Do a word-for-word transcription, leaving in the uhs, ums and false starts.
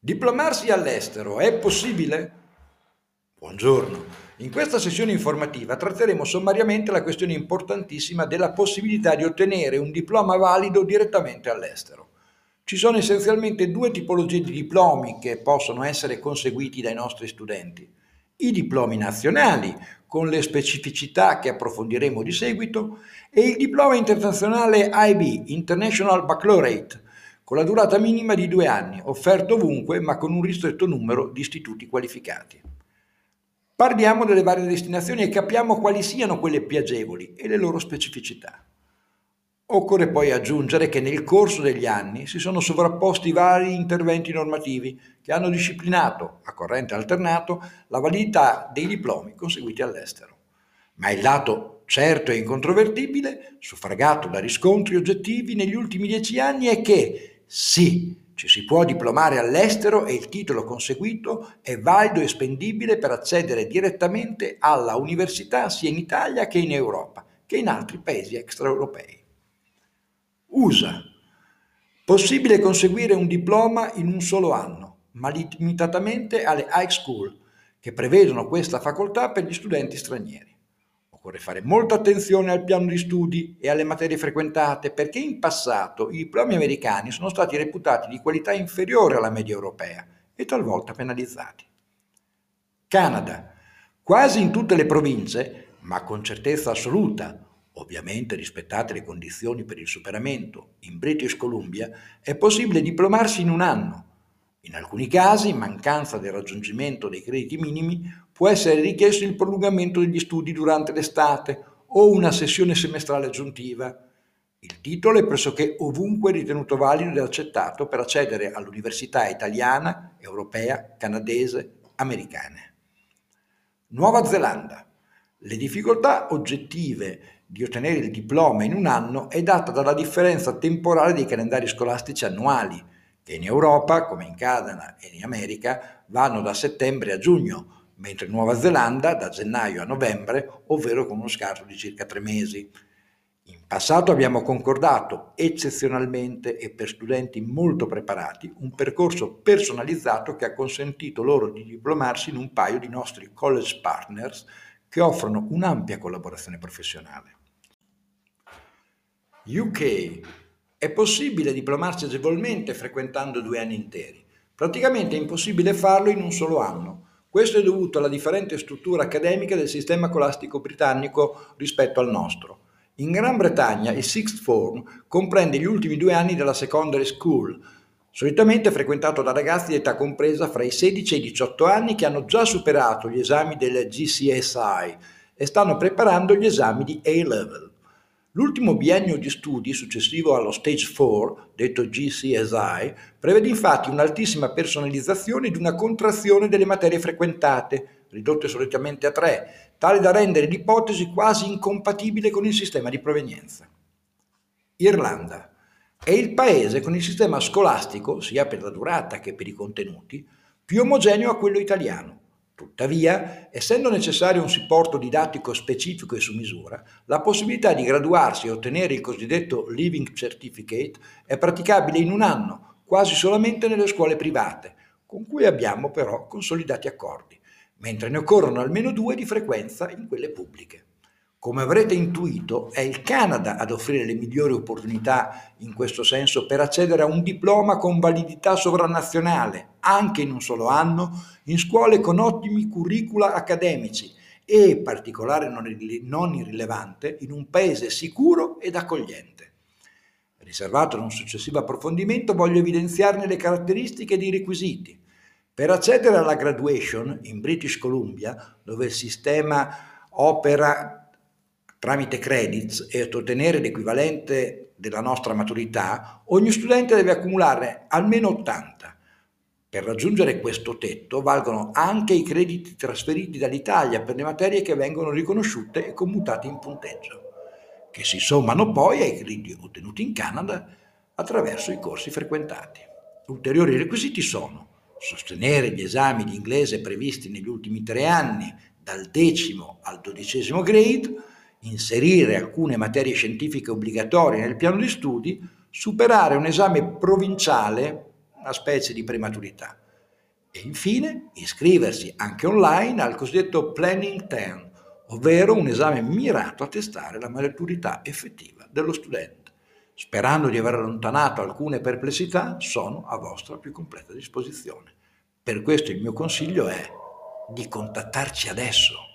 Diplomarsi all'estero è possibile? Buongiorno. In questa sessione informativa tratteremo sommariamente la questione importantissima della possibilità di ottenere un diploma valido direttamente all'estero. Ci sono essenzialmente due tipologie di diplomi che possono essere conseguiti dai nostri studenti. I diplomi nazionali, con le specificità che approfondiremo di seguito, e il diploma internazionale I B, International Baccalaureate, con la durata minima di due anni, offerto ovunque ma con un ristretto numero di istituti qualificati. Parliamo delle varie destinazioni e capiamo quali siano quelle più agevoli e le loro specificità. Occorre poi aggiungere che nel corso degli anni si sono sovrapposti vari interventi normativi che hanno disciplinato, a corrente alternato, la validità dei diplomi conseguiti all'estero. Ma il lato certo e incontrovertibile, suffragato da riscontri oggettivi negli ultimi dieci anni, è che sì, ci si può diplomare all'estero e il titolo conseguito è valido e spendibile per accedere direttamente alla università sia in Italia che in Europa, che in altri paesi extraeuropei. U S A. Possibile conseguire un diploma in un solo anno, ma limitatamente alle high school, che prevedono questa facoltà per gli studenti stranieri. Occorre fare molta attenzione al piano di studi e alle materie frequentate, perché in passato i diplomi americani sono stati reputati di qualità inferiore alla media europea e talvolta penalizzati. Canada. Quasi in tutte le province, ma con certezza assoluta, ovviamente rispettate le condizioni per il superamento, in British Columbia è possibile diplomarsi in un anno. In alcuni casi, in mancanza del raggiungimento dei crediti minimi, può essere richiesto il prolungamento degli studi durante l'estate o una sessione semestrale aggiuntiva. Il titolo è pressoché ovunque ritenuto valido ed accettato per accedere all'università italiana, europea, canadese, americane. Nuova Zelanda. Le difficoltà oggettive di ottenere il diploma in un anno è data dalla differenza temporale dei calendari scolastici annuali, che in Europa, come in Canada e in America, vanno da settembre a giugno, mentre in Nuova Zelanda da gennaio a novembre, ovvero con uno scarto di circa tre mesi. In passato abbiamo concordato, eccezionalmente e per studenti molto preparati, un percorso personalizzato che ha consentito loro di diplomarsi in un paio di nostri college partners che offrono un'ampia collaborazione professionale. U K. È possibile diplomarsi agevolmente frequentando due anni interi. Praticamente è impossibile farlo in un solo anno. Questo è dovuto alla differente struttura accademica del sistema scolastico britannico rispetto al nostro. In Gran Bretagna il Sixth Form comprende gli ultimi due anni della secondary school, solitamente frequentato da ragazzi di età compresa fra i sedici e i diciotto anni che hanno già superato gli esami del G C S I e stanno preparando gli esami di A-Level. L'ultimo biennio di studi successivo allo Stage quattro, detto G C S I, prevede infatti un'altissima personalizzazione ed una contrazione delle materie frequentate, ridotte solitamente a tre, tale da rendere l'ipotesi quasi incompatibile con il sistema di provenienza. Irlanda. È il paese con il sistema scolastico, sia per la durata che per i contenuti, più omogeneo a quello italiano. Tuttavia, essendo necessario un supporto didattico specifico e su misura, la possibilità di graduarsi e ottenere il cosiddetto Leaving Certificate è praticabile in un anno, quasi solamente nelle scuole private, con cui abbiamo però consolidati accordi, mentre ne occorrono almeno due di frequenza in quelle pubbliche. Come avrete intuito, è il Canada ad offrire le migliori opportunità in questo senso per accedere a un diploma con validità sovranazionale, anche in un solo anno, in scuole con ottimi curricula accademici e, particolare non irrilevante, in un paese sicuro ed accogliente. Riservato ad un successivo approfondimento, voglio evidenziarne le caratteristiche ed i requisiti. Per accedere alla graduation in British Columbia, dove il sistema opera tramite credits e ottenere l'equivalente della nostra maturità, ogni studente deve accumulare almeno ottanta. Per raggiungere questo tetto valgono anche i crediti trasferiti dall'Italia per le materie che vengono riconosciute e commutate in punteggio, che si sommano poi ai crediti ottenuti in Canada attraverso i corsi frequentati. Ulteriori requisiti sono sostenere gli esami di inglese previsti negli ultimi tre anni, dal decimo al dodicesimo grade, inserire alcune materie scientifiche obbligatorie nel piano di studi, superare un esame provinciale, una specie di prematurità. E infine iscriversi anche online al cosiddetto Planning dieci, ovvero un esame mirato a testare la maturità effettiva dello studente. Sperando di aver allontanato alcune perplessità, sono a vostra più completa disposizione. Per questo il mio consiglio è di contattarci adesso.